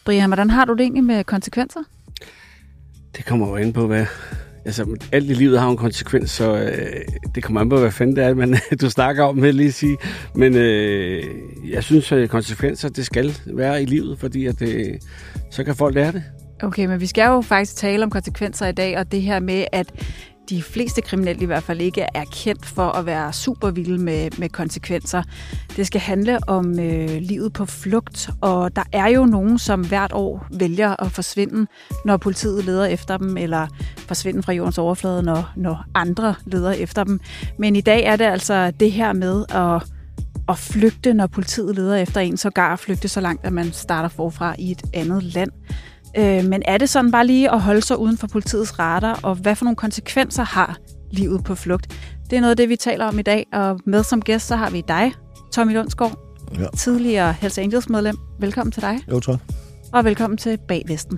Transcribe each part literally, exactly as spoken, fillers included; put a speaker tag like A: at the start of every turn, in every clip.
A: Brian, hvordan har du det egentlig med konsekvenser?
B: Det kommer jo ind på, hvad... Altså, alt i livet har en konsekvens, så øh, det kommer an på, hvad fanden det er, men du snakker om, vil jeg lige sige. Men øh, jeg synes, at konsekvenser, det skal være i livet, fordi at, øh, så kan folk lære det.
A: Okay, men vi skal jo faktisk tale om konsekvenser i dag, og det her med, at de fleste kriminelle i hvert fald ikke er kendt for at være super vilde med, med konsekvenser. Det skal handle om øh, livet på flugt, og der er jo nogen, som hvert år vælger at forsvinde, når politiet leder efter dem, eller forsvinde fra jordens overflade, når, når andre leder efter dem. Men i dag er det altså det her med at, at flygte, når politiet leder efter en, sågar flygte så langt, at man starter forfra i et andet land. Men er det sådan bare lige at holde sig uden for politiets radar, og hvad for nogle konsekvenser har livet på flugt? Det er noget af det, vi taler om i dag, og med som gæst, så har vi dig, Tommy Lundsgaard, ja. Tidligere Hells Angels-medlem. Velkommen til dig.
C: Jo, tak.
A: Og velkommen til Bag Vesten.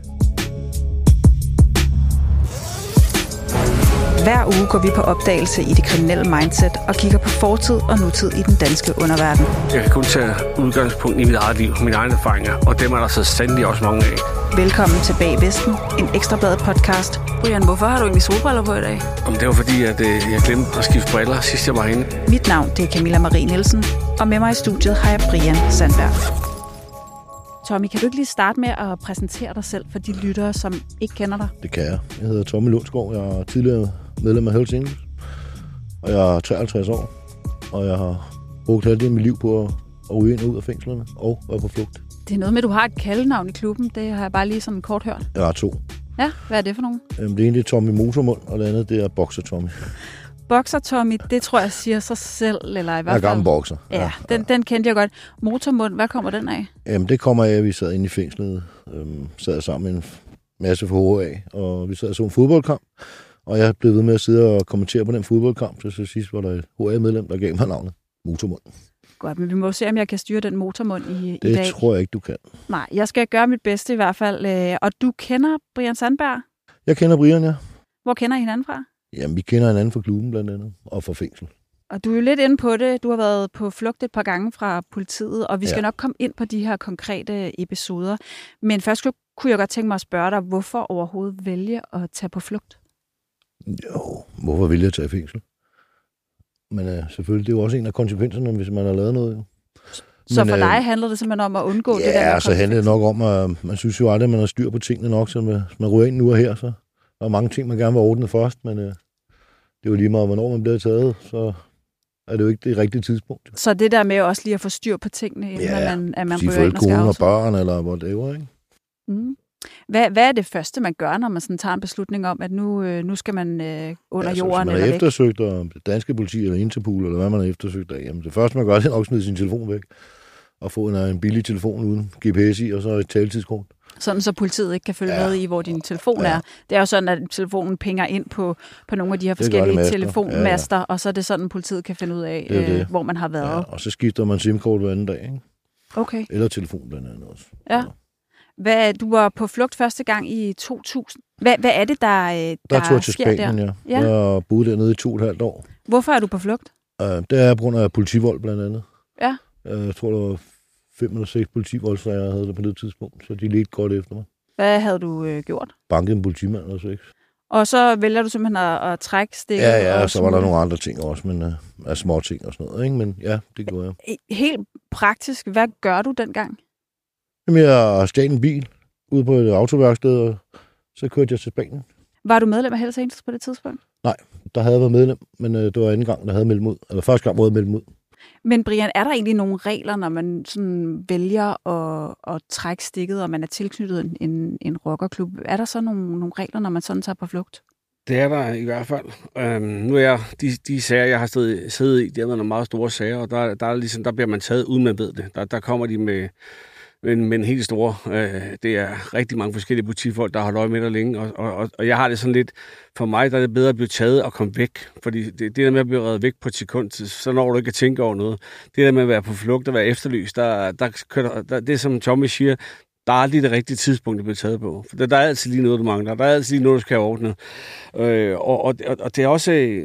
A: Hver uge går vi på opdagelse i det kriminelle mindset og kigger på fortid og nutid i den danske underverden.
B: Jeg kan kun tage udgangspunkt i mit eget liv, mine egne erfaringer, og dem er der så sandelig også mange af.
A: Velkommen til Bag Vesten, en Ekstrabladet podcast. Brian, hvorfor har du egentlig solbriller på i dag?
B: Jamen, det var fordi, at øh, jeg glemte at skifte briller, sidst jeg var inde.
A: Mit navn det er Camilla Marie Nielsen, og med mig i studiet har jeg Brian Sandberg. Tommy, kan du ikke lige starte med at præsentere dig selv for de lyttere, som ikke kender dig?
C: Det kan jeg. Jeg hedder Tommy Lundsgaard. Jeg er tidligere medlem af Hells Angels, og jeg er treoghalvtreds år, og jeg har brugt halvdelen af mit liv på at ryge ind og ud af fængslerne og være på flugt.
A: Det er noget med, at du har et kaldenavn i klubben. Det har jeg bare lige sådan kort hørt.
C: Jeg har to.
A: Ja, hvad er det for nogen?
C: Øhm, det ene er Tommy Motormund, og det andet det er Boxer Tommy.
A: Boxer Tommy, det tror jeg siger sig selv, eller i hvert fald...
C: Jeg er gammel bokser.
A: Ja, ja, den, den kendte jeg godt. Motormund, hvad kommer den af?
C: Jamen, det kommer af, at vi sad inde i fængslet, øhm, sad sammen med en masse fra H A, og vi sad og så en fodboldkamp, og jeg blev ved med at sidde og kommentere på den fodboldkamp, så til sidst var der et H A-medlem, der gav mig navnet Motormund.
A: Godt, men vi må se, om jeg kan styre den motormund i, i
C: det
A: dag.
C: Det tror jeg ikke, du kan.
A: Nej, jeg skal gøre mit bedste i hvert fald. Og du kender Brian Sandberg?
C: Jeg kender Brian, ja.
A: Hvor kender I hinanden fra?
C: Jamen, vi kender hinanden fra klubben blandt andet, og fra fængsel.
A: Og du er jo lidt inde på det. Du har været på flugt et par gange fra politiet, og vi skal ja. nok komme ind på de her konkrete episoder. Men først kunne jeg godt tænke mig at spørge dig, hvorfor overhovedet vælge at tage på flugt?
C: Jo, hvorfor vælge at tage i fængsel? Men øh, selvfølgelig, det er jo også en af konsekvenserne, hvis man har lavet noget. Jo.
A: Så
C: Men,
A: for dig
C: øh,
A: handler det simpelthen om at undgå
C: ja,
A: det der?
C: Ja, så handler det nok om, at man synes jo aldrig, at man har styr på tingene nok, så man, man ryger ind nu og her, så der er mange ting, man gerne vil ordne først, men øh, det er jo lige meget, hvornår man bliver taget, så er det jo ikke det rigtige tidspunkt.
A: Så det der med også lige at få styr på tingene, inden
C: ja,
A: man, at man
C: ryger
A: ryger ind og skal
C: kone og
A: afsone.
C: børn, eller whatever, ikke?
A: Mm. Hvad, hvad er det første, man gør, når man sådan tager en beslutning om, at nu, øh, nu skal man øh, under
C: ja,
A: jorden
C: eller
A: eller
C: væk? Eftersøgt af det danske politi eller Interpol, eller hvad man har eftersøgt af. Jamen, det første, man gør, det er nok smide sin telefon væk. Og få en, en billig telefon uden G P S i, og så et taletidskort.
A: Sådan, så politiet ikke kan følge
C: ja.
A: med i, hvor din telefon ja. er. Det er jo sådan, at telefonen pinger ind på, på nogle af de her
C: det
A: forskellige
C: det
A: telefonmaster,
C: ja, ja.
A: og så er det sådan, politiet kan finde ud af,
C: det det.
A: Øh, hvor man har været.
C: Ja, og så skifter man SIM-kort hver anden dag, ikke?
A: Okay.
C: Eller telefon blandt andet også.
A: Ja. Hvad, du var på flugt første gang i to tusind. Hvad, hvad er det, der, der,
C: der tog jeg til
A: sker
C: Spanien,
A: der?
C: Ja. Jeg har boet dernede i to og et halvt år.
A: Hvorfor er du på flugt?
C: Uh, det er på grund af politivold blandt andet.
A: Ja.
C: Uh, jeg tror, der var fem eller seks politivoldsager, jeg havde det på det tidspunkt, så de ledte godt efter mig.
A: Hvad havde du øh, gjort?
C: Banket en politimand eller seks.
A: Og så vælger du simpelthen at, at trække stikket?
C: Ja, ja, og, og så
A: smule.
C: var der nogle andre ting også, men uh, af små ting og sådan noget, ikke? Men ja, det gjorde jeg.
A: Helt praktisk, hvad gør du dengang?
C: Jamen, jeg stjal en bil ude på et autoværksted, og så kørte jeg til Spanien.
A: Var du medlem af Hells Angels på det tidspunkt?
C: Nej, der havde jeg været medlem, men uh, det var anden gang, der havde meldt mig ud. Eller første gang, hvor jeg meldte mig ud.
A: Men Brian, er der egentlig nogle regler, når man sådan vælger at, at trække stikket, og man er tilknyttet en, en, en rockerklub? Er der så nogle, nogle regler, når man sådan tager på flugt?
B: Det er der i hvert fald. Øhm, nu er jeg, de, de sager, jeg har siddet, siddet i, det er nogle meget store sager, og der, der, er ligesom, der bliver man taget, uden man ved det. Der, der kommer de med, med, med en helt store. Øh, det er rigtig mange forskellige politifolk, der har holdt øje med dig længe, og, og, og jeg har det sådan lidt, for mig der er det bedre at blive taget og komme væk, fordi det, det der med at blive reddet væk på et sekund, så når du ikke at tænke over noget. Det der med at være på flugt og være efterlyst, der, der, der, der, det som Tommy siger, der er aldrig det rigtige tidspunkt, det bliver taget på. For der, der er altid lige noget, du mangler. Der er altid lige noget, du skal have ordnet. Øh, og, og, og det er også...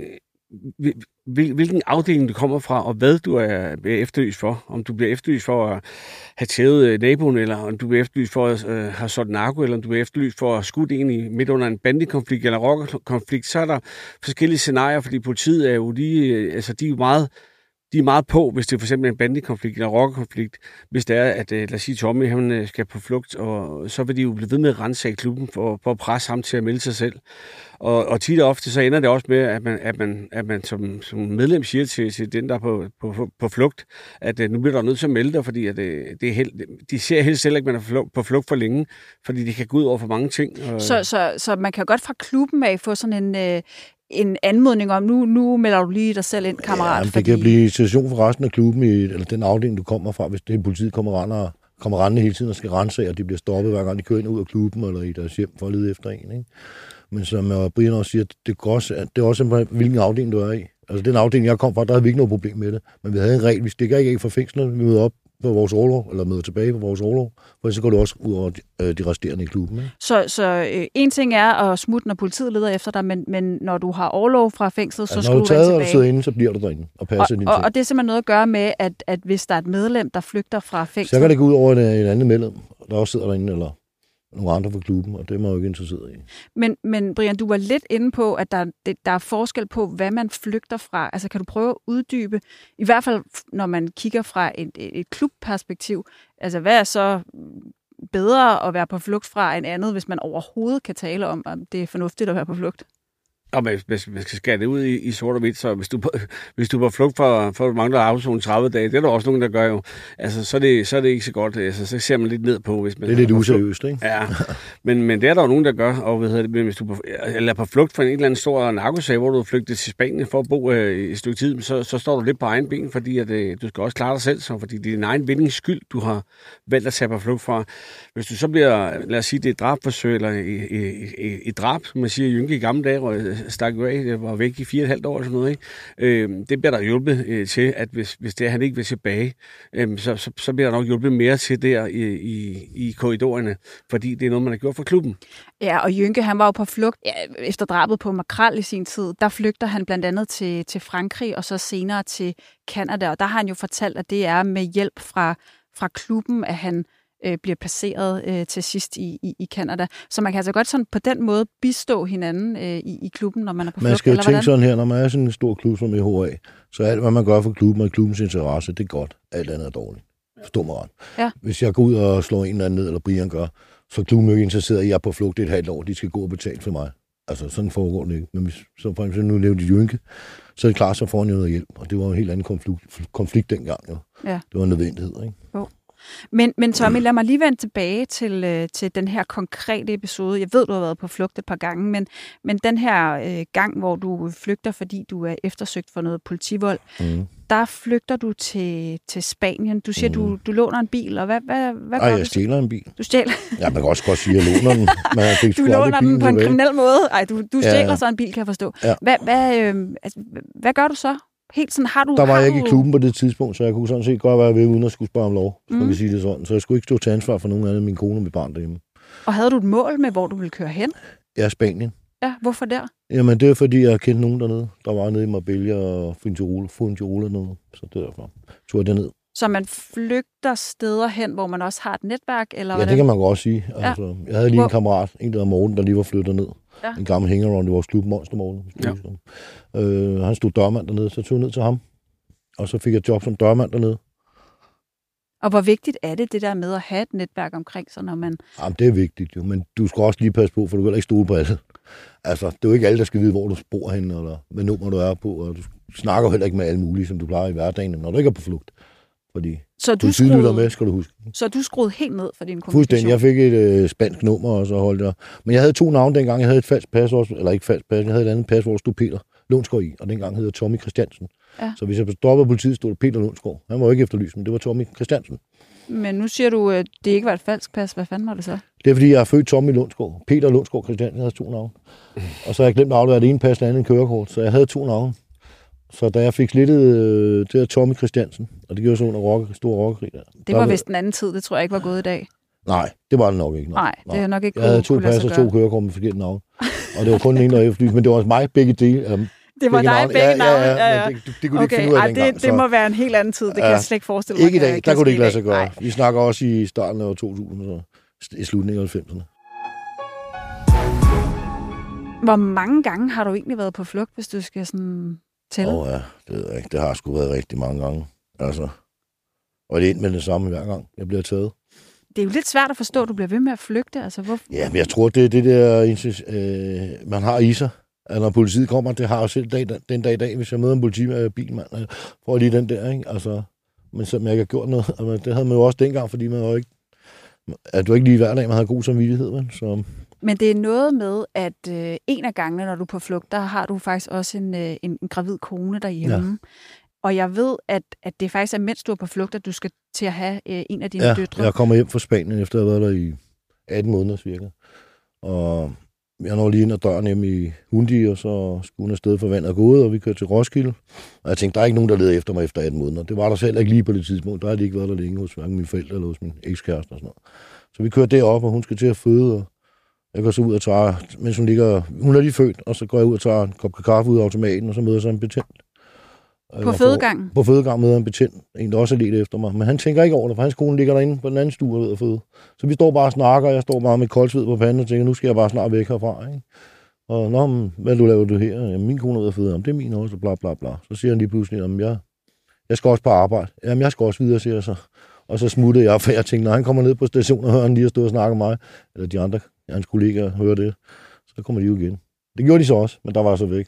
B: hvilken afdeling du kommer fra, og hvad du er efterlyst for. Om du bliver efterlyst for at have tævet naboen, eller om du bliver efterlyst for at uh, have solgt narko, eller om du bliver efterlyst for at skudt ind i midt under en bandekonflikt eller rockerkonflikt, så er der forskellige scenarier, fordi politiet er jo lige, altså de er jo meget, de er meget på, hvis det er for eksempel en bandekonflikt eller rockerkonflikt, hvis det er, at, lad os sige, Tommy han skal på flugt, og så vil de jo blive ved med at rense af klubben for, for at presse ham til at melde sig selv. Og, og tit og ofte så ender det også med, at man, at man, at man som, som medlem siger til, til den, der er på, på, på flugt, at uh, nu bliver der nødt til at melde dig, fordi at, uh, det er held, de ser helst selv ikke, at man er på flugt, på flugt for længe, fordi det kan gå ud over for mange ting. Og... Så,
A: så, så man kan godt fra klubben af få sådan en... Uh... en anmodning om, nu, nu melder du lige dig selv ind, kammerat. Ja,
C: det
A: fordi...
C: kan blive en situation for resten af klubben, i, eller den afdeling, du kommer fra, hvis det er politiet kommer rende, kommer rende hele tiden og skal rense af, og de bliver stoppet, hver gang de kører ind ud af klubben, eller i deres hjem for at lede efter en. Ikke? Men som Brian også siger, det er også, det er også hvilken afdeling du er i. Altså den afdeling, jeg kom fra, der havde vi ikke noget problem med det. Men vi havde en regel, vi stikker ikke af fra fængslet, vi møder op på vores orlov, eller møder tilbage på vores orlov, for så går det også ud over de, de resterende i klubben. Ikke?
A: Så, så øh, en ting er at smutte, når politiet leder efter dig, men, men når du har orlov fra fængslet, så ja, skal du vende tilbage. Når du tager og sidder inde,
C: så bliver du derinde og passer
A: og,
C: dine
A: og,
C: ting.
A: Og det er simpelthen noget at gøre med, at, at hvis der er et medlem, der flygter fra fængslet...
C: Så kan det gå ud over et, et andet medlem, der også sidder derinde, eller nogle andre fra klubben, og det er man jo ikke interesseret i.
A: Men, men Brian, du var lidt inde på, at der, det, der er forskel på, hvad man flygter fra. Altså kan du prøve at uddybe, i hvert fald når man kigger fra et, et klubperspektiv, altså hvad er så bedre at være på flugt fra en andet, hvis man overhovedet kan tale om, om det er fornuftigt at være på flugt?
B: Og hvis man skal skære det ud i, i sort og hvidt, så hvis du, hvis du er på flugt for, for mangler afsonen tredive dage, det er der også nogen, der gør jo, altså så er det, så er det ikke så godt, altså så ser man lidt ned på, hvis man...
C: Det er lidt useriøst, ikke?
B: Ja, men, men det er der jo nogen, der gør, og hvad hedder det, hvis du er på, eller på flugt for en eller anden stor narkosag, hvor du er flygtet til Spanien for at bo øh, i et stykke tid, så, så står du lidt på egen ben, fordi at, øh, du skal også klare dig selv, så, fordi det er din egen vindings skyld, du har valgt at tage på flugt fra. Hvis du så bliver, lad os sige, det er et drabforsøg, eller et, et drab, som man siger, Jynke i gamle dage, hvor stak jo af, det var væk i fire og et halvt år, og sådan noget, ikke? Øh, det bliver der hjulpet øh, til, at hvis, hvis det er, han ikke vil tilbage, øh, så, så, så bliver der nok hjulpet mere til der i, i, i korridorerne, fordi det er noget, man har gjort for klubben.
A: Ja, og Jynke, han var jo på flugt ja, efter drabet på Makrel i sin tid. Der flygter han blandt andet til, til Frankrig, og så senere til Canada, og der har han jo fortalt, at det er med hjælp fra, fra klubben, at han øh, bliver placeret øh, til sidst i, i, i Canada. Så man kan altså godt sådan på den måde bistå hinanden øh, i, i klubben, når man er på flugt.
C: Man skal jo tænke sådan her, når man er sådan en stor klub som E H A, så alt, hvad man gør for klubben og klubbens interesse, det er godt. Alt andet er dårligt. Forstår mig ret. Ja. Hvis jeg går ud og slår en eller anden ned, eller Brian gør, så er klubben jo ikke interesseret i, at jeg er på flugt et halvt år. De skal gå og betale for mig. Altså, sådan foregår det ikke. Men hvis så for eksempel nu levede de Jynke, så er det klart, så får han jo noget hjælp. Og det var en helt anden konflikt, konflikt dengang. Jo. Ja. Det var en nødvendighed, ikke?
A: Jo. Men, men Tommy, lad mig lige vende tilbage til, øh, til den her konkrete episode. Jeg ved, du har været på flugt et par gange, men, men den her øh, gang, hvor du flygter, fordi du er eftersøgt for noget politivold, mm. der flygter du til, til Spanien. Du siger, mm. du, du låner en bil, og hvad, hvad, hvad gør
C: Ej,
A: du?
C: jeg stjæler en bil.
A: Du stjæler?
C: Ja, man kan også godt sige, at jeg låner den. Man fik
A: du låner den på en kriminel måde? Ej, du, du stjæler ja. så en bil, kan jeg forstå. Ja. Hvad, hvad, øh, altså, hvad gør du så? Helt sådan, har du...
C: Der var
A: jeg
C: ikke du... i klubben på det tidspunkt, så jeg kunne sådan set godt være ved, uden at skulle spørge om lov, mm. man sige det sådan. Så jeg skulle ikke stå til ansvar for nogen af min kone og mit barn derhjemme.
A: Og havde du et mål med, hvor du ville køre hen?
C: Ja, Spanien.
A: Ja, hvorfor der?
C: Jamen, det er fordi, jeg kendte nogen dernede. Der var nede i Marbella og Fuengirola dernede, så det er derfor. Tog jeg derned.
A: Så man flygter steder hen, hvor man også har et netværk? Eller
C: ja,
A: hvordan?
C: Det kan man godt sige. Altså, ja. Jeg havde lige en kammerat, en der hedder Morten, der lige var flyttet ned. Ja. En gammel hangaround i vores klub, Monster Morten. Ja. Øh, han stod dørmand dernede, så tog jeg ned til ham. Og så fik jeg job som dørmand dernede.
A: Og hvor vigtigt er det, det der med at have et netværk omkring sig, når man...
C: Jamen, det er vigtigt jo, men du skal også lige passe på, for du kan ikke stole på alle. Altså, det er jo ikke alle, der skal vide, hvor du bor henne, eller hvad nummer du er på, og du snakker heller ikke med alle mulige, som du plejer i hverdagen, når du ikke er på flugt. Fordi
A: så du skruede,
C: med, skal du huske.
A: Så du skruede helt ned for din kommunikation?
C: Fuldstændig. Jeg fik et øh, spansk nummer, og så holdt jeg. Men jeg havde to navne dengang. Jeg havde et falsk pas, også, eller ikke falsk pas, jeg havde et andet pas, hvor der stod Peter Lundsgaard i, og dengang hed jeg Tommy Christiansen. Ja. Så hvis jeg stoppede politiet, stod der Peter Lundsgaard. Han var jo ikke efterlyst, men det var Tommy Christiansen.
A: Men nu siger du, at det ikke var et falsk pas. Hvad fanden var det så?
C: Det er, fordi jeg er født Tommy Lundsgaard. Peter Lundsgaard Christiansen, jeg havde to navne. Og så har jeg glemt at aflevere det ene pas, det andet en kørekort, så jeg havde to navne. Så da jeg fik slittet øh, det af Tommy Christiansen, og det gjorde så under rock, stor rockerkrig der.
A: Det var vist en anden tid, det tror jeg ikke var gået i dag.
C: Nej, det var det nok ikke.
A: Nej, nej det er nok ikke.
C: Jeg havde to pas og to kørekort med forkerte navne. Og det var kun en, der efterlyst, men det var også mig begge dele.
A: Det var dig begge navne?
C: Ja, ja, ja. Men det, det, det kunne
A: okay.
C: de ikke finde ud af
A: Ej,
C: dengang.
A: det, det må være en helt anden tid. Det kan ja. jeg slet ikke forestille mig.
C: Ikke i dag. Der kunne det ikke lade sig gøre.
A: Nej.
C: Vi snakker også i starten af to tusind, så i slutningen af halvfemserne.
A: Hvor mange gange har du egentlig været på flugt, hvis du skal sådan tælle?
C: Åh oh, ja, det ved jeg ikke. Det har sgu været rigtig mange gange. Altså, og det er ind med det samme hver gang, jeg bliver taget.
A: Det er jo lidt svært at forstå, at du bliver ved med at flygte. Altså, hvor...
C: Ja, men jeg tror, det er det der, øh, man har i sig. At når politiet kommer, det har jeg selv dag, den dag i dag, hvis jeg møder en politibil, man får lige den der, ikke? Altså, men selvom jeg ikke har gjort noget, altså, det havde man jo også dengang, fordi man jo ikke, at du ikke lige hver dag, man havde god samvittighed, vel? Så...
A: Men det er noget med, at øh, en af gangene, når du er på flugt, der har du faktisk også en, øh, en, en gravid kone derhjemme. Ja. Og jeg ved, at, at det faktisk er, mens du er på flugt, at du skal til at have øh, en af dine
C: ja,
A: døtre.
C: Jeg kommer hjem fra Spanien, efter at have været der i atten måneder cirka. Og jeg når lige ind ad døren hjemme i Hundi, og så skulle hun afsted for vand og gåde, og vi kørte til Roskilde. Og jeg tænkte, der er ikke nogen, der leder efter mig efter atten måneder. Det var der selv ikke lige på det tidspunkt. Der har de ikke været der længe hos hverken mine forældre eller hos min ekskæreste og sådan noget. Så vi kørte derop, og hun skal til at føde, og jeg går så ud og tager, mens hun ligger, hun er lige født, og så går jeg ud og tager en kop kaffe ud af automaten, og så møder jeg så en betjent.
A: På fødegangen?
C: På fødegangen møder en betjent, en der også er lidt efter mig. Men han tænker ikke over det, for hans kone ligger derinde på den anden stue og ved at føde. Så vi står bare og snakker, og jeg står bare med koldsved på panden og tænker, nu skal jeg bare snart væk herfra. Ikke? Og nå, men, hvad du laver du her? Jamen, min kone er ved at føde, jamen, det er min også, bla bla bla. Så siger han lige pludselig, jamen, jeg, jeg skal også på arbejde. Jamen, jeg skal også videre, siger jeg så. Og så smuttede jeg, for jeg tænkte, når han kommer ned på stationen og hører han lige at stå og snakke med mig, eller de andre, hans kollegaer, hører det, så kommer de jo igen. Det gjorde de så også, men der var jeg så væk.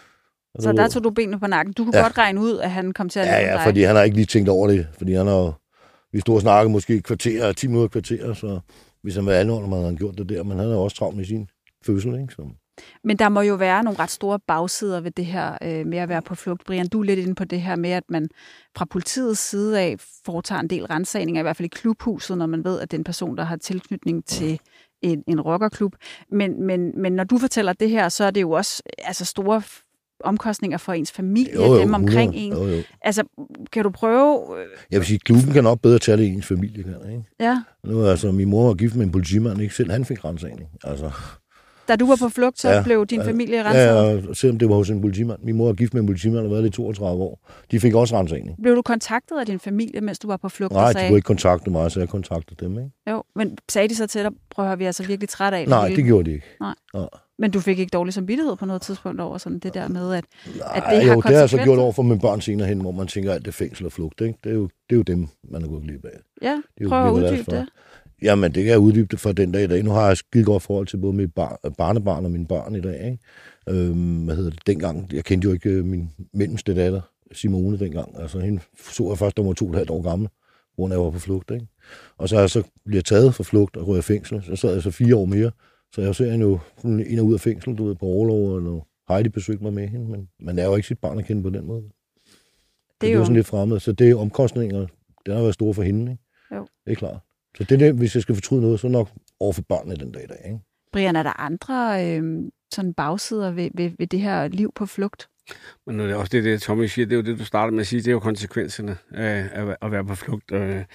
C: Og
A: så der tog du benene på nakken. Du kunne ja. godt regne ud, at han kom til at
C: ja, ja,
A: dig.
C: Fordi han har ikke lige tænkt over det. Fordi han har, vi stod og snakkede måske et kvarter, ti minutter kvarter, så hvis han var anholdt, man havde gjort det der, men han er også travlt med sin fødsel, ikke? Så.
A: Men der må jo være nogle ret store bagsider ved det her øh, med at være på flugt. Brian, du er lidt inde på det her med, at man fra politiets side af foretager en del ransagninger, i hvert fald i klubhuset, når man ved, at det er en person, der har tilknytning til en, en rockerklub. Men, men, men når du fortæller det her, så er det jo også altså store omkostninger for ens familie, jo, jo, dem omkring en.
C: Jo, jo.
A: Altså, kan du prøve...
C: Jeg vil sige, klubben kan nok bedre tage det i ens familie, kan, ikke?
A: Ja.
C: Nu altså, min mor var gift med en politimand, ikke? Selv han fik ransagning, altså...
A: Da du var på flugt, så ja, blev din familie renset?
C: Ja, selvom det var hos en politimand. Min mor var gift med en politimand og har været det i toogtredive år. De fik også rensagning.
A: Blev du kontaktet af din familie, mens du var på flugt?
C: Nej,
A: sagde...
C: de kunne ikke kontakte mig, så jeg kontaktede dem, ikke?
A: Jo, men sagde de så til dig, prøv at høre, vi er altså virkelig træt af det?
C: Nej, det gjorde de ikke.
A: Nej.
C: Ja.
A: Men du fik ikke dårlig samvittighed på noget tidspunkt over sådan det der med, at,
C: Nej,
A: at det
C: jo,
A: har
C: det har jeg så
A: konsekvenser?
C: gjort over for mine børn senere hen, hvor man tænker, at det er fængsel og flugt, ikke? Det er jo, det er jo dem, man er gået glip af.
A: Ja, prøv at uddybe det.
C: Jamen, det kan jeg uddybe det for den dag i dag. Nu har jeg et skide godt forhold til både mit bar- barnebarn og mine børn i dag, ikke? Øhm, hvad hedder det? Dengang, jeg kendte jo ikke min mellemste datter, Simone, dengang. Altså, hende så jeg først, da hun var to og et halvt år gammel, hvor jeg var på flugt, ikke? Og så er jeg så bliver taget for flugt og røget i fængsel. Så sad jeg så fire år mere. Så jeg ser jo ind og ud af fængsel, du ved, på overlov, og når Heidi besøgte mig med hende. Men man er jo ikke sit barn at kende på den måde. Det er, det er jo sådan lidt fremmed. Så det er omkostninger, det har været store for hende, ikke?
A: Jo.
C: Det er klart. Så det er det, hvis jeg skal fortryde noget, så nok over for børnene den dag i dag, ikke?
A: Brian, er der andre øh, sådan bagsider ved, ved, ved det her liv på flugt?
B: Men det er også det, det Tommy siger, det er jo det, du starter med at sige, det er jo konsekvenserne af at være på flugt.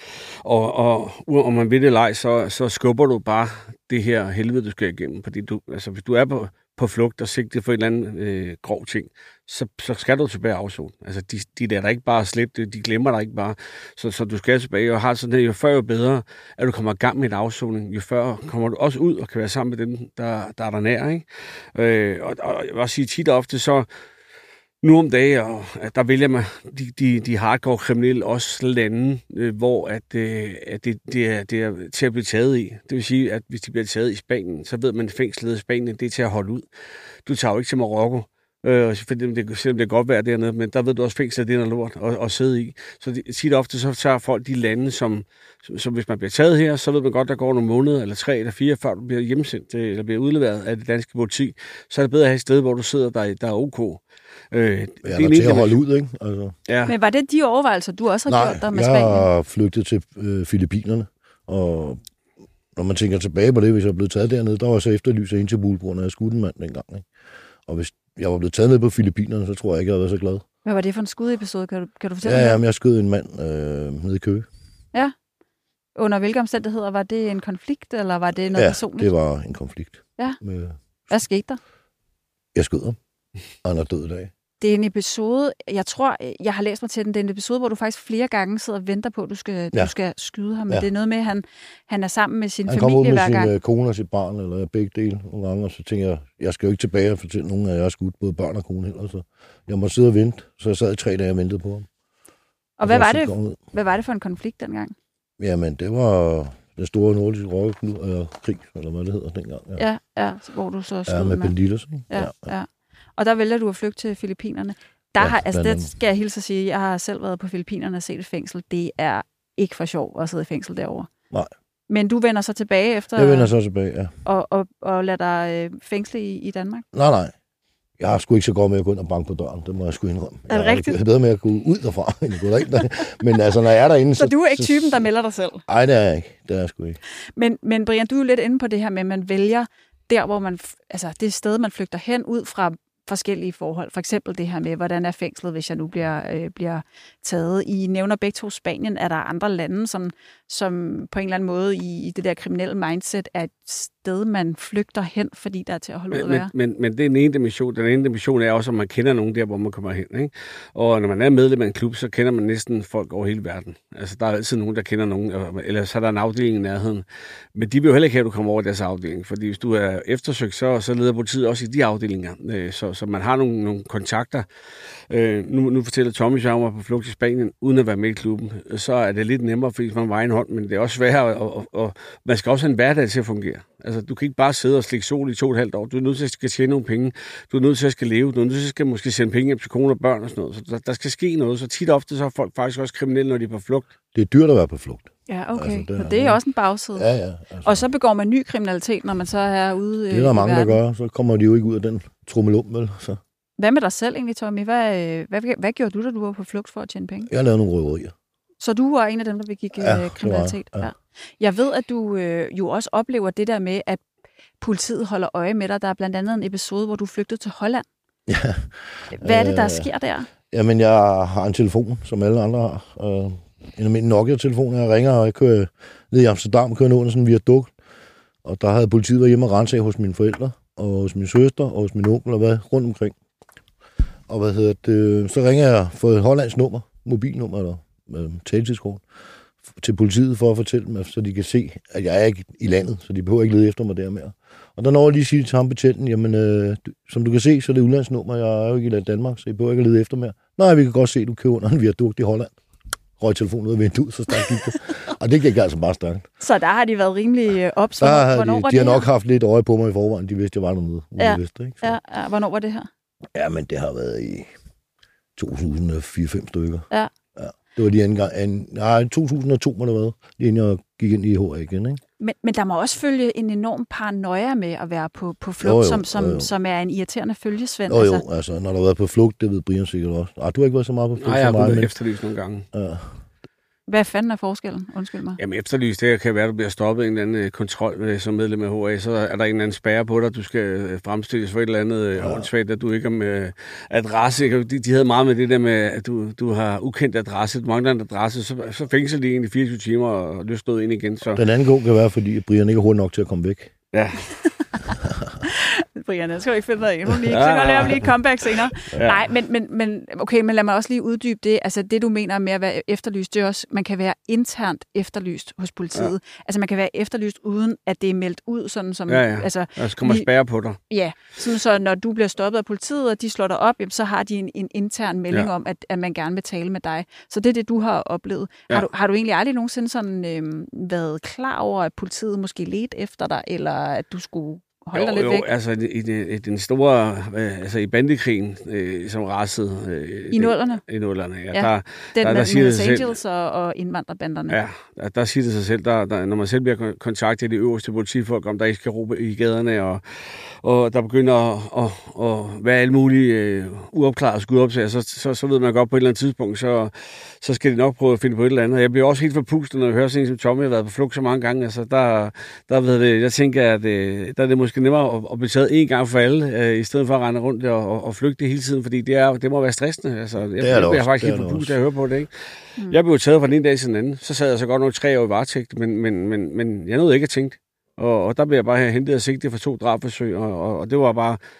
B: Og, og om man ved det eller ej, så, så skubber du bare det her helvede, du skal igennem. Fordi du, altså, hvis du er på, på flugt og sigtet for et eller andet øh, grov ting, så, så skal du tilbage afzone. Altså, de, de der der ikke bare slet, de glemmer dig ikke bare. Så, så du skal tilbage og har sådan det, jo før jo bedre, at du kommer i gang med en afsoning, jo før kommer du også ud og kan være sammen med dem, der, der er der nær, ikke? Øh, og, og jeg vil også sige, tit og ofte så nu om dagen, og der vælger man de, de, de hardcore kriminelle også lande, øh, hvor at, øh, at det, det, er, det er til at blive taget i. Det vil sige, at hvis de bliver taget i Spanien, så ved man, at fængslet i Spanien, det er til at holde ud. Du tager jo ikke til Marokko, øh, selvom det, selvom det godt være dernede, men der ved du også, fængslet det er noget lort at, at sidde i. Så det, tit ofte så tager folk de lande, som, som, som hvis man bliver taget her, så ved man godt, der går nogle måneder, eller tre eller fire, før du bliver hjemsendt, eller bliver udleveret af det danske politi. Så er det bedre at have et sted, hvor du sidder, der, der er ok. Øh,
C: ja, det er til at holde ud, ikke? Altså.
A: Ja. Men var det de overvejelser, du også har
C: Nej,
A: gjort der med Spanien?
C: Nej, jeg har flygtet til øh, Filippinerne, og når man tænker tilbage på det, hvis jeg blev taget dernede, der var jeg så efterlyst af Interpol, på grund af at jeg skudte en mand dengang, ikke? Og hvis jeg var blevet taget ned på Filippinerne, så tror jeg ikke, jeg havde været så glad.
A: Hvad var det for en skudepisode? Kan du, kan du fortælle
C: ja,
A: mig?
C: Ja, men jeg skød en mand øh, nede i Køge.
A: Ja. Under hvilke omstændigheder? Var det en konflikt, eller var det noget
C: ja,
A: personligt?
C: Ja, det var en konflikt.
A: Ja.
C: Med...
A: Hvad skete der?
C: Jeg skød ham, og han er død i dag.
A: Det er en episode, jeg tror, jeg har læst mig til den, det er en episode, hvor du faktisk flere gange sidder og venter på, at du skal, ja. du skal skyde ham. Men ja. det er noget med, at han, han er sammen med sin
C: han
A: familie hver gang. Han
C: kommer ud med sin kone og sit barn, eller begge dele nogle gange, og så tænker jeg, jeg skal jo ikke tilbage og fortælle nogen, at jeg har skudt både børn og kone heller, så jeg må sidde og vente. Så jeg sad i tre dage og ventede på ham. Og,
A: og hvad, var det, hvad var det for en konflikt dengang?
C: Jamen, det var den store nordiske rockerkrig, eller hvad det hedder dengang. Ja,
A: ja, ja hvor du så skød
C: ja, med Bandidos.
A: Ja, ja, ja. Og der vælger du at flygte til Filippinerne. Der ja, har, altså, det skal jeg hilse at sige, jeg har selv været på Filippinerne og set et fængsel. Det er ikke for sjov at sidde i fængsel derovre.
C: Nej.
A: Men du vender så tilbage efter...
C: Jeg vender så tilbage, ja.
A: Og, og, og lader dig øh, fængsle i, i Danmark?
C: Nej, nej. Jeg har sgu ikke så godt med at gå ind og banke på døren. Det må jeg sgu indrømme.
A: Er det rigtigt?
C: Jeg er bedre med at gå ud derfra, end at gå derind. Men altså, når jeg er derinde...
A: Så, så du er ikke typen, der melder dig selv?
C: Nej, det er jeg ikke. Det er jeg sgu ikke.
A: Men, men Brian, du er jo lidt inde på det her med, at man vælger der, hvor man... Altså, det sted, man flygter hen ud fra forskellige forhold. For eksempel det her med, hvordan er fængslet, hvis jeg nu bliver, øh, bliver taget. I nævner begge to Spanien. Er der andre lande, som, som på en eller anden måde i, i det der kriminelle mindset er et sted, man flygter hen, fordi der er til at holde ud at være?
B: Men, men, men det er den ene dimension. Den ene dimension er også, at man kender nogen der, hvor man kommer hen. Ikke? Og når man er medlem af en klub, så kender man næsten folk over hele verden. Altså, der er altid nogen, der kender nogen, eller så er der en afdeling i nærheden. Men de vil jo heller ikke have, at du kommer over deres afdeling. Fordi hvis du er eftersøgt, så, så leder politiet også i de afdelinger. Så, så man har nogle, nogle kontakter. Øh, nu, nu fortæller Tommy, at jeg var på flugt i Spanien, uden at være med i klubben. Så er det lidt nemmere, fordi man var en hånd, men det er også sværere, og, og, og man skal også have en hverdag til at fungere. Altså, du kan ikke bare sidde og slikke sol i to og et halvt år. Du er nødt til at skal tjene nogle penge. Du er nødt til at skal leve. Du er nødt til at skal måske sende penge hjem til kone og børn og sådan noget. Så der, der skal ske noget. Så tit og ofte så er folk faktisk også kriminelle, når de er på flugt.
C: Det er dyrt at være på flugt.
A: Ja, okay. Altså, det, er, det er også en bagside.
C: Ja, ja. Altså.
A: Og så begår man ny kriminalitet, når man så er ude i
C: Det er der mange, der gør. Så kommer de jo ikke ud af den trummelum, vel? Så.
A: Hvad med dig selv egentlig, Tommy? Hvad, hvad, hvad gjorde du, da du var på flugt for at tjene penge?
C: Jeg lavede nogle røverier.
A: Så du var en af dem, der begik
C: ja,
A: kriminalitet?
C: Var, ja.
A: Ja. Jeg ved, at du øh, jo også oplever det der med, at politiet holder øje med dig. Der er blandt andet en episode, hvor du flygtede til Holland.
C: Ja.
A: Hvad er det, der øh, sker der?
C: Jamen, jeg har en telefon, som alle andre har. Øh, en almindelig Nokia-telefon, jeg ringer, og jeg kører ned i Amsterdam, kører ned under sådan en viadukt. Og der havde politiet været hjemme og renset hos mine forældre, og hos min søster, og hos min onkel, og hvad rundt omkring. Og hvad hedder det, så ringer jeg for et hollandsk nummer, mobilnummer eller øh, taletidskort, til politiet for at fortælle dem, så de kan se, at jeg er ikke i landet, så de behøver ikke lede efter mig der mere. Og der når jeg lige sige til ham betjenten, jamen, øh, som du kan se, så er det udlandsnummer, jeg er jo ikke i Danmark, så I behøver ikke lede efter mere. Nej, vi kan godt se, at du kører under en viadukt i Holland. Røg telefonen ud af vinduet, så stærkt gik det. Og det gik altså bare stærkt.
A: Så der har de været rimelig ops.
C: Der har de, de har nok haft lidt øje på mig i forvejen, de vidste, jeg var dernede.
A: Ja.
C: Vidste, ikke?
A: Ja, ja, hvornår var det her?
C: Ja, men det har været i to tusind og fire fem stykker.
A: Ja.
C: Ja. Det var lige anden gang. En, nej, to tusind og to må det have været, lige inden jeg gik ind i H A igen, ikke?
A: Men, men der må også følge en enorm paranoia med at være på, på flugt, jo, jo, som, som, jo, jo. som er en irriterende følgesvend.
C: Jo, jo, altså. altså, når du har været på flugt, det ved Brian sikkert også. Ej, du har ikke været så meget på flugt.
B: Nej, jeg har været men... efterlyst nogle gange.
C: Ja.
A: Hvad fanden er forskellen? Undskyld mig.
B: Jamen efterlyst, det kan være, at du bliver stoppet i en eller anden kontrol som medlem af H A, så er der en eller anden spærre på dig, du skal fremstilles for et eller andet ja. åndssvagt, at du ikke er med adresse. De, de havde meget med det der med, at du, du har ukendt adresse, du mangler en adresse, så, så fængsler de egentlig fireogtyve timer og løsstået ind igen. Så.
C: Den anden gang kan være, fordi Brian ikke er hurtigt nok til at komme væk.
B: Ja.
A: Brian, jeg skal jo ikke finde dig ind. Nu lige, så kan lave lige et comeback senere. Ja. Nej, men, men, men, okay, men lad mig også lige uddybe det. Altså det, du mener med at være efterlyst, det er også, man kan være internt efterlyst hos politiet. Ja. Altså man kan være efterlyst, uden at det er meldt ud, sådan som...
B: Ja, ja.
A: Altså,
B: og så kommer spærre på dig.
A: Ja, sådan så når du bliver stoppet af politiet, og de slår dig op, jamen, så har de en, en intern melding ja. om, at, at man gerne vil tale med dig. Så det er det, du har oplevet. Ja. Har, du, har du egentlig aldrig nogensinde sådan, øh, været klar over, at politiet måske ledte efter dig, eller at du skulle... Hold jo, lidt væk.
B: Jo, altså i, i, i den store, øh, altså i bandekrigen, øh, som rasede... Øh,
A: I nullerne?
B: I nullerne, ja.
A: ja.
B: Der,
A: den
B: der,
A: med Hells
B: Angels
A: og, og indvandrerbanderne.
B: Ja, der, der siger det sig selv, der, der, når man selv bliver kontaktet af de øverste politifolk, om der ikke skal råbe i gaderne, og, og der begynder at, at, at være alle mulige øh, uopklarede skudopsager, så, så, så ved man godt på et eller andet tidspunkt, så, så skal de nok prøve at finde på et eller andet. Jeg bliver også helt forpustet, når jeg hører sådan en som Tommy har været på flugt så mange gange. Altså, der, der ved det, jeg tænker, at øh, der er det måske nemmere at, at blive taget en gang for alle, øh, i stedet for at rende rundt og, og, og flygte hele tiden, fordi det, er, det må være stressende. Altså, jeg, det er jeg bliver faktisk helt forpustet, at jeg hører på det, ikke? Mm. Jeg blev taget fra den ene dag til den anden. Så sad jeg så godt nok tre år i varetægt, men, men, men, men jeg nåede ikke at tænke. Og, og der blev jeg bare hentet og sigtet for to drabforsøg, og, og, og det var bare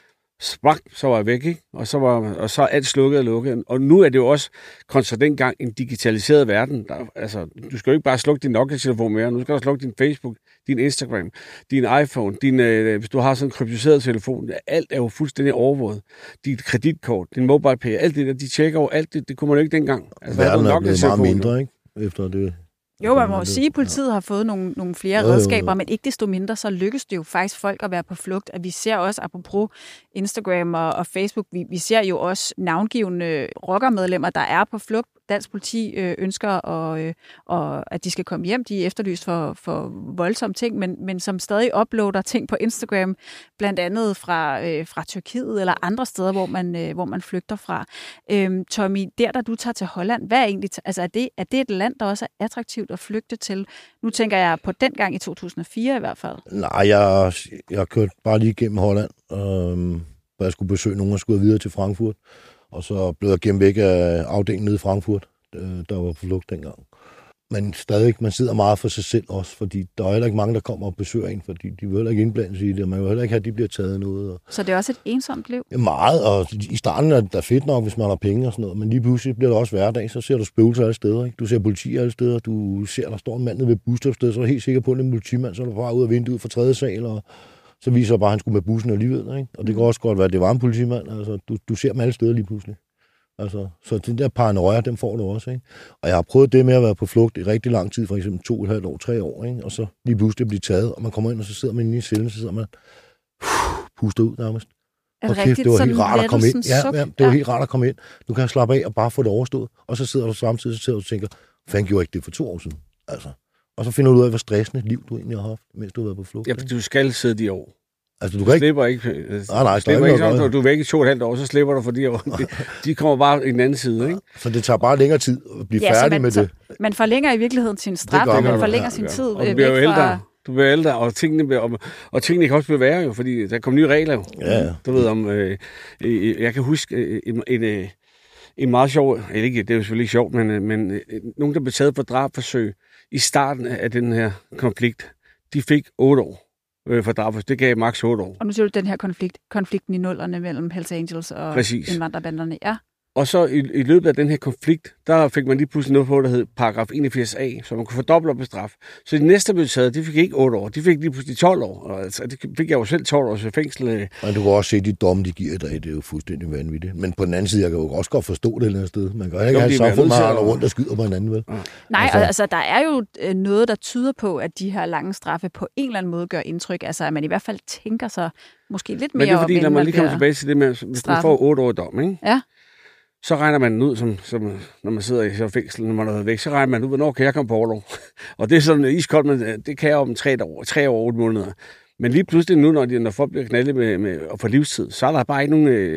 B: Spak, så var jeg væk, ikke? Og så, var, og så er alt slukket og lukket. Og nu er det jo også kontra dengang en digitaliseret verden. Der, altså, du skal jo ikke bare slukke din Nokia-telefon mere. Nu skal du slukke din Facebook, din Instagram, din iPhone, din, øh, hvis du har sådan en kryptiseret telefon. Alt er jo fuldstændig overvåget. Dit kreditkort, din MobilePay, alt det der, de tjekker jo alt det. Det kunne man jo ikke dengang.
C: Altså, verden er blevet meget mindre, ikke? Efter det.
A: Jo, man må jo sige, at politiet ja. har fået nogle, nogle flere jo, redskaber, jo, jo. men ikke desto mindre, så lykkes det jo faktisk folk at være på flugt. At vi ser også, apropos Instagram og, og Facebook, vi, vi ser jo også navngivende rockermedlemmer, der er på flugt. Dansk politi øh, ønsker, at, øh, og, at de skal komme hjem. De er efterlyst for, for voldsomme ting, men, men som stadig uploader ting på Instagram, blandt andet fra, øh, fra Tyrkiet eller andre steder, hvor man, øh, hvor man flygter fra. Øhm, Tommy, der da du tager til Holland, hvad er egentlig, altså er det, er det et land, der også er attraktivt at flygte til? Nu tænker jeg på den gang i to tusind og fire i hvert fald.
C: Nej, jeg, jeg kørte bare lige igennem Holland, øh, hvor jeg skulle besøge nogen og skulle videre til Frankfurt. Og så blev jeg gemt væk af afdelingen nede i Frankfurt, der var på flugt dengang. Men stadig, man sidder meget for sig selv også, fordi der er heller ikke mange, der kommer og besøger en, fordi de vil heller ikke indblandes i det, og man vil heller ikke have, at de bliver taget noget. Og
A: så det er også et ensomt liv?
C: Ja, meget, og i starten er det fedt nok, hvis man har penge og sådan noget, men lige pludselig bliver det også hverdag, så ser du spøgelser alle steder, ikke? Du ser politi alle steder, du ser, der står en mand nede ved busstopstedet, så er du helt sikker på, at det er en politimand, så er du bare ud af vinduet fra tredje sal, og så viser jeg bare, at han skulle med bussen alligevel, ikke? Og det kan også godt være, at det var en politimand, altså du, du ser dem alle steder lige pludselig. Altså, så den der paranoia, dem får du også, ikke? Og jeg har prøvet det med at være på flugt i rigtig lang tid, for eksempel to og et halvt år, tre år, ikke? Og så lige pludselig bliver taget, og man kommer ind, og så sidder man inde i cellen, så sidder man uh, puster ud nærmest.
A: Er det
C: og kæft, det var helt rart at komme ind. Ja, ja, det var
A: ja.
C: helt rart at komme ind. Du kan slappe af og bare få det overstået. Og så sidder du samtidig, så sidder du og tænker, fanden gjorde ikke det for to år siden? Altså. Og så finder du ud af, hvor stressende liv du egentlig har haft, mens du har været på flugt.
B: Ja, for du skal sidde de år.
C: Altså, du kan ikke...
B: slipper ikke.
C: Nej, nej,
B: slipper ikke sådan, du er væk i to og et halvt år, så slipper du for de år. De, de kommer bare i den anden side, ikke?
C: Så det tager bare længere tid at blive ja, færdig
A: man,
C: med
A: så,
C: det.
A: Man forlænger i virkeligheden sin straf, og man forlænger ja, sin
B: ja.
A: tid
B: og
A: væk
B: du bliver jo ældre.
A: fra...
B: Du bliver ældre, og tingene, bliver, og, og tingene kan også blive værre jo, fordi der kommer nye regler jo.
C: Ja, ja.
B: Du ved om... Øh, jeg kan huske en, en, en meget sjov... Eller ikke, det er jo selvfølgelig ikke sjovt, men, men nogen, der blev taget for drabforsøg i starten af den her konflikt, de fik otte år. For drabforsøg. Det gav maks otte år.
A: Og nu ser du den her konflikt, konflikten i nullerne mellem Hells Angels og Præcis. indvandrerbanderne. Ja.
B: Og så i, i løbet af den her konflikt, der fik man lige pludselig noget på, der hed paragraf enogfirs A, så man kunne fordoble op i straf. Så de næste blev taget, de fik ikke otte år, de fik lige pludselig tolv år. Og altså, det fik jeg jo selv tolv års fængsel.
C: Men du kan også se, de domme, de giver dig, det er jo fuldstændig vanvittigt. Men på den anden side, jeg kan jo også godt forstå det et eller andet sted. Man kan ikke jo, have et samfund, man har rundt og skyder på hinanden, vel? Ja.
A: Nej, altså, altså der er jo noget, der tyder på, at de her lange straffe på en eller anden måde gør indtryk. Altså at man i hvert fald tænker sig måske lidt mere om,
B: men det er fordi, når man lige kommer tilbage til det med, hvis man får otte år dom, ikke?
A: Ja.
B: Så regner man ud, som, som, når man sidder i fængsel, når man er væk, så regner man ud, hvornår kan jeg komme på orlov. Og det er sådan iskoldt, men det kan jeg om tre år, tre år, otte måneder. Men lige pludselig nu, når, de, når folk bliver knaldet med, med at få livstid, så er der bare ikke nogen øh,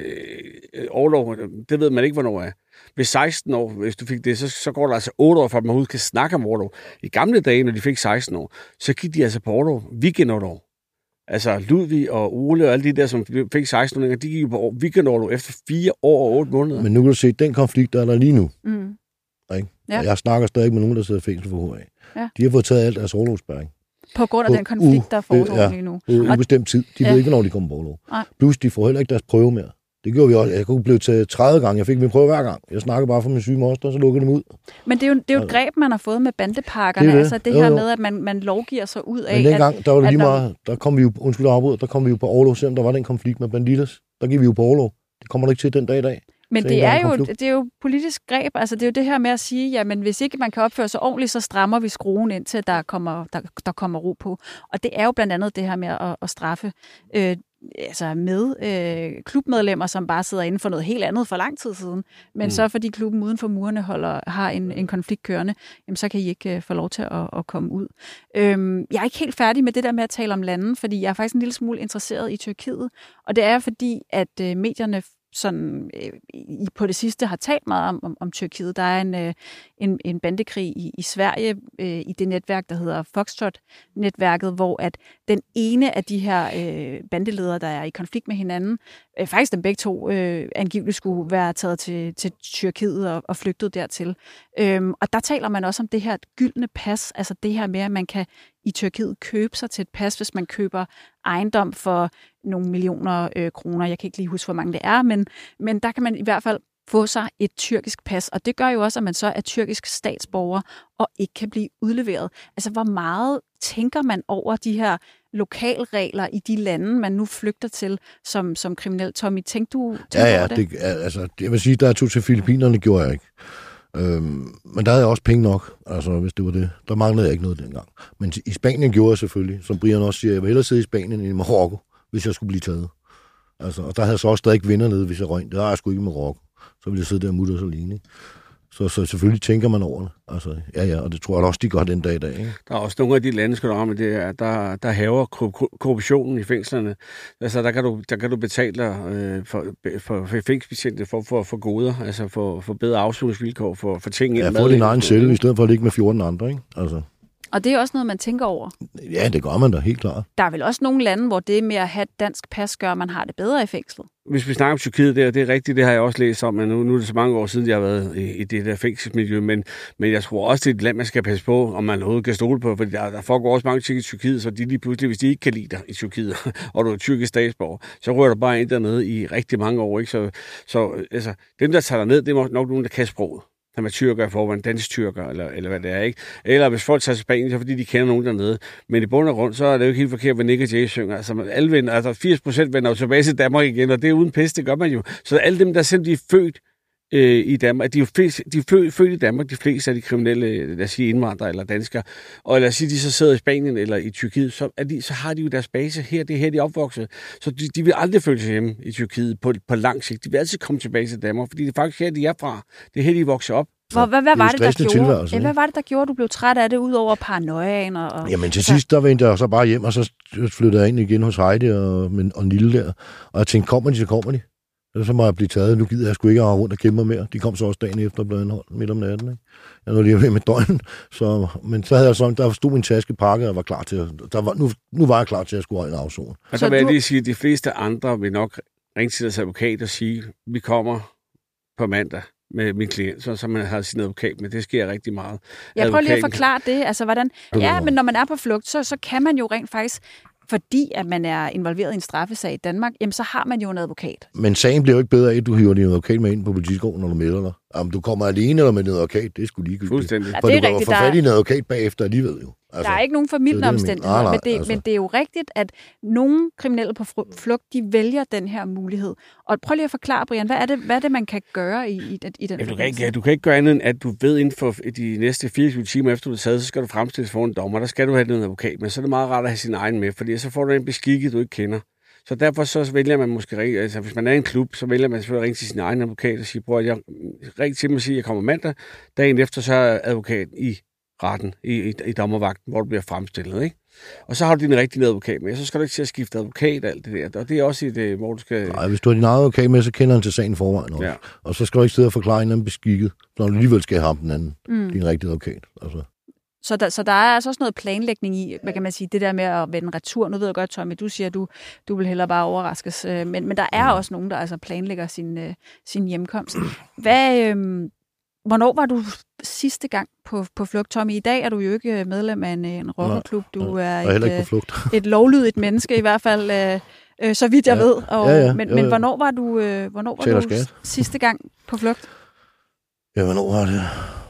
B: orlov. Det ved man ikke, hvornår er. Ved seksten år, hvis du fik det, så, så går der altså otte år, for at man overhovedet kan snakke om orlov. I gamle dage, når de fik seksten år, så gik de altså på orlov, weekendorlov. Altså Ludvig og Ole og alle de der, som fik seksten år, de gik jo på weekendorlov efter fire år og otte måneder.
C: Men nu kan du se, den konflikt, der er der lige nu.
A: Mm.
C: Ikke?
A: Ja.
C: Jeg snakker stadig med nogen, der sidder i fængsel for H A.
A: Ja.
C: De har fået taget alt deres orlovsspærring.
A: På grund af på den konflikt, der foregår ja, lige nu.
C: På ubestemt tid. De ja. ved ikke, hvornår de kommer på orlov. Plus, de får heller ikke deres prøve mere. Det gjorde vi også. Jeg kunne blive taget tredive gange. Jeg fik min prøve hver gang. Jeg snakkede bare for min syge moster, og så lukkede dem ud.
A: Men det er jo, det er jo et greb, man har fået med bandepakkerne. Det, det. Altså det jo, her jo. med, at man, man lovgiver sig ud af...
C: Men dengang,
A: at,
C: der var det lige meget... Der kom vi jo, undskyld afbud, der kom vi jo på orlov, selvom der var den konflikt med Banditas. Der gik vi jo på orlov. Det kommer du ikke til den dag i dag.
A: Men det er, jo, det er jo politisk greb. Altså det er jo det her med at sige, jamen hvis ikke man kan opføre sig ordentligt, så strammer vi skruen ind til, der kommer, der, der kommer ro på. Og det er jo blandt andet det her med at, at straffe øh, altså med øh, klubmedlemmer, som bare sidder inde for noget helt andet for lang tid siden. Men mm. så fordi klubben uden for murene holder, har en, en konflikt kørende, jamen, så kan I ikke øh, få lov til at, at komme ud. Øhm, jeg er ikke helt færdig med det der med at tale om landen, fordi jeg er faktisk en lille smule interesseret i Tyrkiet. Og det er fordi, at øh, medierne sådan øh, på det sidste har talt meget om, om, om Tyrkiet. Der er en, øh, en, en bandekrig i, i Sverige øh, i det netværk, der hedder Foxtrot-netværket, hvor at den ene af de her øh, bandeledere, der er i konflikt med hinanden, øh, faktisk dem begge to øh, angiveligt skulle være taget til, til Tyrkiet og, og flygtet dertil. Øhm, og der taler man også om det her gyldne pas, altså det her med, at man kan i Tyrkiet købe sig til et pas, hvis man køber ejendom for nogle millioner øh, kroner. Jeg kan ikke lige huske, hvor mange det er, men, men der kan man i hvert fald få sig et tyrkisk pas, og det gør jo også, at man så er tyrkisk statsborger og ikke kan blive udleveret. Altså, hvor meget tænker man over de her lokalregler i de lande, man nu flygter til som, som kriminel? Tommy, tænkte du tænkte
C: ja, ja,
A: over det?
C: det? Altså, jeg vil sige, der er to til Filippinerne, gjorde jeg ikke. Øhm, men der havde jeg også penge nok, altså hvis det var det. Der manglede jeg ikke noget dengang. Men i Spanien gjorde jeg selvfølgelig, som Brian også siger, jeg vil hellere sidde i Spanien end i Marokko, hvis jeg skulle blive taget. Altså, og der havde jeg så også stadig vinder nede, hvis jeg røg. Det har jeg sgu ikke i Marokko. Så ville jeg sidde der og mutter så alene. Så, så selvfølgelig tænker man over det. Altså, ja, ja, og det tror jeg også, de gør den dag i dag. Ikke?
B: Der er også nogle af de lande, skal du ramme, det er, der, der hæver korruptionen i fængslerne. Altså, der kan du, der kan du betale øh, for, for, for fængselsbetjente for, for, for goder, altså for, for bedre afslutningsvilkår, for, for ting.
C: Ja, få din egen celle, i stedet for at ligge med fjorten andre, ikke? Altså.
A: Og det er også noget, man tænker over.
C: Ja, det gør man da, helt klart.
A: Der er vel også nogle lande, hvor det med at have et dansk pas gør, at man har det bedre i fængslet.
B: Hvis vi snakker om Tyrkiet, det er, det er rigtigt, det har jeg også læst om, men nu, nu er det så mange år siden, jeg har været i, i det der fængselsmiljø, men, men jeg tror også, det er et land, man skal passe på, om man overhovedet kan stole på, for der, der foregår også mange ting i Tyrkiet, så de lige pludselig, hvis de ikke kan lide dig i Tyrkiet, og du er tyrkisk statsborger, så rører du bare ind dernede i rigtig mange år, ikke? Så, så altså, dem, der tager ned, det er nok nogen, der kan sproget. Der er tyrker i forvejen, dansk tyrker, eller, eller hvad det er, ikke? Eller hvis folk tager til Spanien, så fordi de kender nogen dernede. Men i bund og grund, så er det jo ikke helt forkert, hvad Nick og Jay synger. Altså, alle vender, altså firs procent vender jo tilbage til Danmark igen, og det er uden pest, det gør man jo. Så alle dem, der simpelthen er født øh, i Danmark, de er jo flest, de er født, født i Danmark, de fleste af de kriminelle, lad os sige indvandrere eller danskere, og lad os sige, de så sidder i Spanien eller i Tyrkiet, så, er de, så har de jo deres base her, det er her, de er opvokset. Så de, de vil aldrig føle sig hjemme i Tyrkiet på, på lang sigt. De vil altid komme tilbage til Danmark, fordi det er faktisk her, de er fra. Det er her, de vokser op.
A: Hvor, hvad, hvad,
C: det
A: var det, der gjorde,
C: ja,
A: hvad var det, der gjorde, at du blev træt af det, ud over paranoiaen? Og, og,
C: Jamen til altså, sidst, der vendte jeg så bare hjem, og så flyttede jeg ind igen hos Heidi og, og Nille der. Og jeg tænkte, kommer de, så kommer de. Ellers så må jeg blive taget. Nu gider jeg sgu ikke at have rundt og kæmpe mere. De kom så også dagen efter og blev anholdt midt om natten. Ikke? Jeg nåede lige ved med døgn. Så, men så havde jeg sådan, der stod min taske pakket, og var klar til at, der var, nu, nu var jeg klar til at skulle have en afson.
B: Og så vil jeg lige sige, at de fleste andre vil nok ringe til deres advokat og sige, vi kommer på mandag med min klient, så, så man har sin advokat, men det sker rigtig meget.
A: Jeg prøver lige at forklare det. Altså, hvordan, ja, men når man er på flugt, så, så kan man jo rent faktisk, fordi at man er involveret i en straffesag i Danmark, jamen så har man jo en advokat.
C: Men sagen bliver jo ikke bedre af, at du hiver din advokat med ind på politiskolen, når du melder dig. Om du kommer alene eller med en advokat, det er sgu ligegyldigt.
B: Fuldstændig.
A: Ja,
C: for
A: det er
C: du kan
A: rigtigt,
C: jo få fat i en advokat bagefter alligevel jo.
A: Altså, der er ikke nogen formildende omstændigheder,
C: nej, nej,
A: men, det,
C: altså.
A: men det er jo rigtigt, at nogle kriminelle på flugt, de vælger den her mulighed. Og prøv lige at forklare, Brian, hvad er det, hvad er det man kan gøre i, i, i den
B: ja, du, kan ikke, ja, du kan ikke gøre andet, end at du ved, inden for de næste fireogtyve timer efter du er taget, så skal du fremstilles for en dommer. Der skal du have en advokat, men så er det meget rart at have sin egen med, fordi så får du en beskikket, du ikke kender. Så derfor så vælger man måske, altså hvis man er i en klub, så vælger man selvfølgelig at ringe til sin egen advokat og sige, bror, jeg ring til mig og sige, at jeg kommer mandag. Dagen efter, så er advokat i retten, i, i, i dommervagten, hvor du bliver fremstillet, ikke? Og så har du din rigtige advokat med, så skal du ikke til at skifte advokat og alt det der. Og det er også et, hvor du skal...
C: Nej, hvis du har din egen advokat med, så kender han til sagen forvejen også. Ja. Og så skal du ikke sidde og forklare en anden beskikket, når du alligevel skal have ham den anden, mm. din rigtige advokat. Altså.
A: Så der, så der er altså også noget planlægning i, hvad kan man sige, det der med at vende retur. Nu ved jeg godt, Tommy, du siger, at du, du vil hellere bare overraskes. Men, men der er også nogen, der altså planlægger sin, sin hjemkomst. Hvad, øhm, hvornår var du sidste gang på, på flugt, Tommy? I dag er du jo ikke medlem af en, en rockerklub. Du er et, et lovlydigt menneske i hvert fald, øh, øh, så vidt jeg ja. ved. Og, ja, ja. Men, men hvornår var du, øh, hvornår var du sidste gang på flugt?
C: Ja, hvornår var det?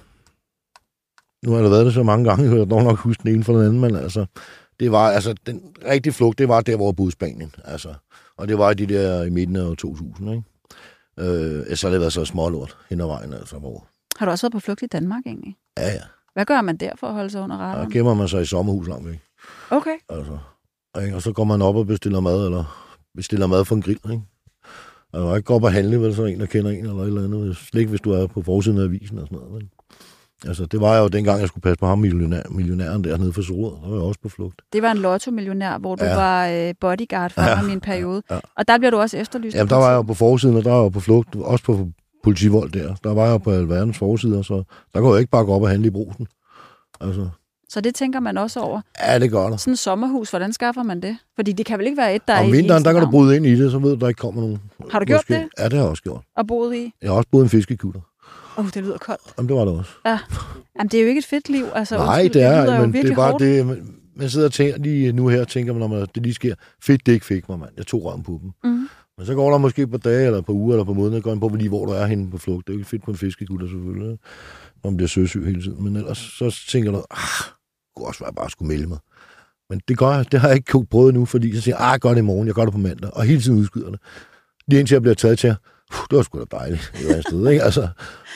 C: Nu har der været det så mange gange, jeg kan nok huske den ene for den anden, men altså, det var, altså, den rigtige flugt, det var der, hvor jeg boede i Spanien, altså. Og det var de der i midten af to tusind, ikke? Øh, så har det været så smålort hen ad vejen, altså, hvor...
A: Har du også været på flugt i Danmark, egentlig?
C: Ja, ja.
A: Hvad gør man der for at holde sig under radaren?
C: Der gemmer man sig i sommerhus langt væk.
A: Okay.
C: Altså, og så går man op og bestiller mad, eller bestiller mad for en grill, ikke? Og du ikke gå op og handle, vel, så en, der kender en, eller et eller andet. Slet ikke, hvis du er på forsiden af avisen og sådan noget, men... Altså, det var jeg jo dengang, jeg skulle passe på ham, millionær, millionæren dernede for Sorø. Der var jeg også på flugt. Det
A: var en lotto-millionær, hvor du ja. var øh, bodyguard for
C: ja.
A: ham i en periode.
C: Ja.
A: Og der bliver du også efterlyst.
C: Jamen, der var jeg jo på forsiden, og der var jeg på flugt. Også på politivold der. Der var jeg på alverdens forsider, så der går jeg ikke bare gå op og handle i Brugsen. Altså.
A: Så det tænker man også over?
C: Ja, det gør der.
A: Sådan et sommerhus, hvordan skaffer man det? Fordi det kan vel ikke være et, der er
C: om
A: i
C: vinteren, der kan du bryde ind i det, så ved du, der ikke kommer nogen.
A: Har du gjort måske. det?
C: Ja, det har jeg også gjort.
A: Og boet i?
C: Jeg har også boet i en fiskekutter.
A: Åh, oh, det lyder koldt.
C: Jamen, det var det også.
A: Ja. Jamen, det er jo ikke et fedt liv. Altså,
C: nej,
A: undskyld,
C: det er,
A: det
C: men det er bare hårdt. det... man sidder og tænker, lige nu her, tænker man, når det lige sker, fedt, det ikke fik mig, mand. Jeg tog røven på dem. Mm. Men så går der måske på dage, eller på uger, eller på måneder, går på lige, hvor du er henne på flugt. Det er jo ikke fedt på en fiskekutter, selvfølgelig. Når man bliver søsyg hele tiden. Men ellers så tænker du, ah, det kunne også være, jeg bare skulle melde mig. Men det gør jeg, det har jeg ikke prøvet nu, fordi så siger jeg, ah, jeg gør det i morgen, jeg gør det på mandag. Og hele tiden udskyder det. Lige indtil jeg bliver taget til, uh, det var sgu da dejligt et eller andet sted, ikke? Altså...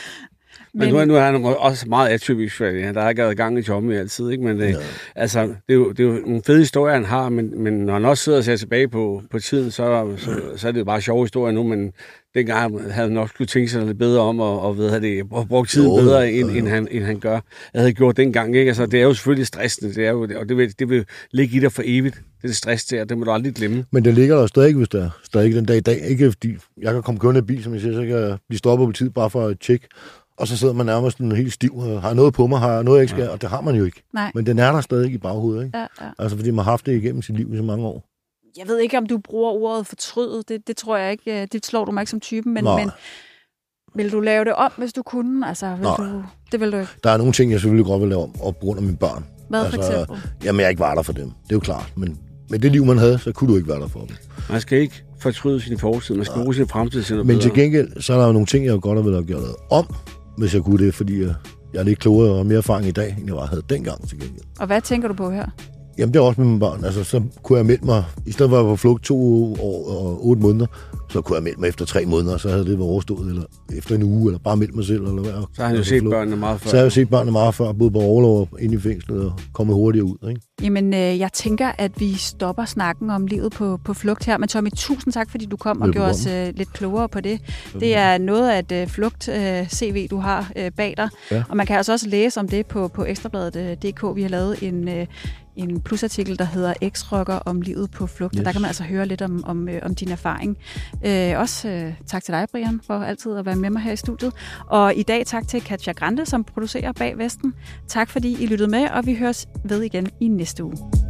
B: Men, men nu, er, nu er han også meget atypisk for det. Der har ikke været gang i Tommy altid, ikke? Men det, ja. altså, det, er jo, det er jo nogle fede historier, han har, men, men når han også sidder og ser tilbage på, på tiden, så, så, så er det jo bare sjove historier nu, men dengang havde han nok skulle tænke sig lidt bedre om, og, og ved, det, og bruge tiden jo, bedre, end, ja, ja. End, han, end han gør. Jeg havde gjort dengang, ikke? Altså, det er jo selvfølgelig stressende, det er jo, og det vil, det vil ligge i dig for evigt. Det er det stress der, det må du aldrig glemme. Men
C: det ligger der stadig, hvis der er stadig den dag i dag. Ikke fordi jeg kan komme kørende i bil, som jeg siger, så kan jeg blive stoppet på tid bare for at tjekke. Og så sidder man nærmest en helt stiv, og har noget på mig, har noget, jeg ikke skal, ja. Og det har man jo ikke.
A: Nej.
C: Men den er der stadig i baghovedet, ikke?
A: Ja, ja.
C: Altså, fordi man har haft det igennem sit liv i så mange år.
A: Jeg ved ikke, om du bruger ordet fortryde. Det, det tror jeg ikke. Det slår du mig ikke som typen, men, men vil du lave det om, hvis du kunne? Altså, vil du, det vil du ikke.
C: Der er nogle ting, jeg selvfølgelig godt vil lave om, og på grund af mine børn.
A: Hvad
C: altså,
A: for eksempel?
C: Jamen, jeg ikke var der for dem. Det er jo klart. Men med det liv, man havde, så kunne du ikke være der for dem.
B: Man skal ikke fortryde sin fortid. Man skal bruge sin fremtid til noget
C: Men
B: bedre.
C: Til gengæld, så er der jo nogle ting, jeg godt ville have gjort om, hvis jeg kunne det, fordi jeg, jeg er lidt klogere og mere erfaring i dag, end jeg var, havde dengang til gengæld.
A: Og hvad tænker du på her?
C: Jamen, det er også med mine børn. Altså, så kunne jeg melde mig, i stedet for at være på flugt to år og otte måneder, så kunne jeg melde mig efter tre måneder, så havde det været overstået, eller efter en uge, eller bare melde mig selv, eller hvad.
B: Så har han jo set flugt. Børnene meget før.
C: Så har jeg set børnene meget før, både på overlov og inde i fængslet, og kommet hurtigere ud, ikke?
A: Jamen, øh, jeg tænker, at vi stopper snakken om livet på, på flugt her. Men Tommy, tusind tak, fordi du kom og gjorde os øh, lidt klogere på det. Det er noget af et øh, flugt-C V, øh, du har øh, bag dig. Ja. Og man kan altså også læse om det på, på ekstrabladet punktum d k. Vi har lavet en... Øh, en plusartikel, der hedder X-rocker om livet på flugt. Yes. Og der kan man altså høre lidt om, om, om din erfaring. Øh, også øh, tak til dig, Brian, for altid at være med mig her i studiet. Og i dag tak til Katja Grande, som producerer Bag Vesten. Tak fordi I lyttede med, og vi høres ved igen i næste uge.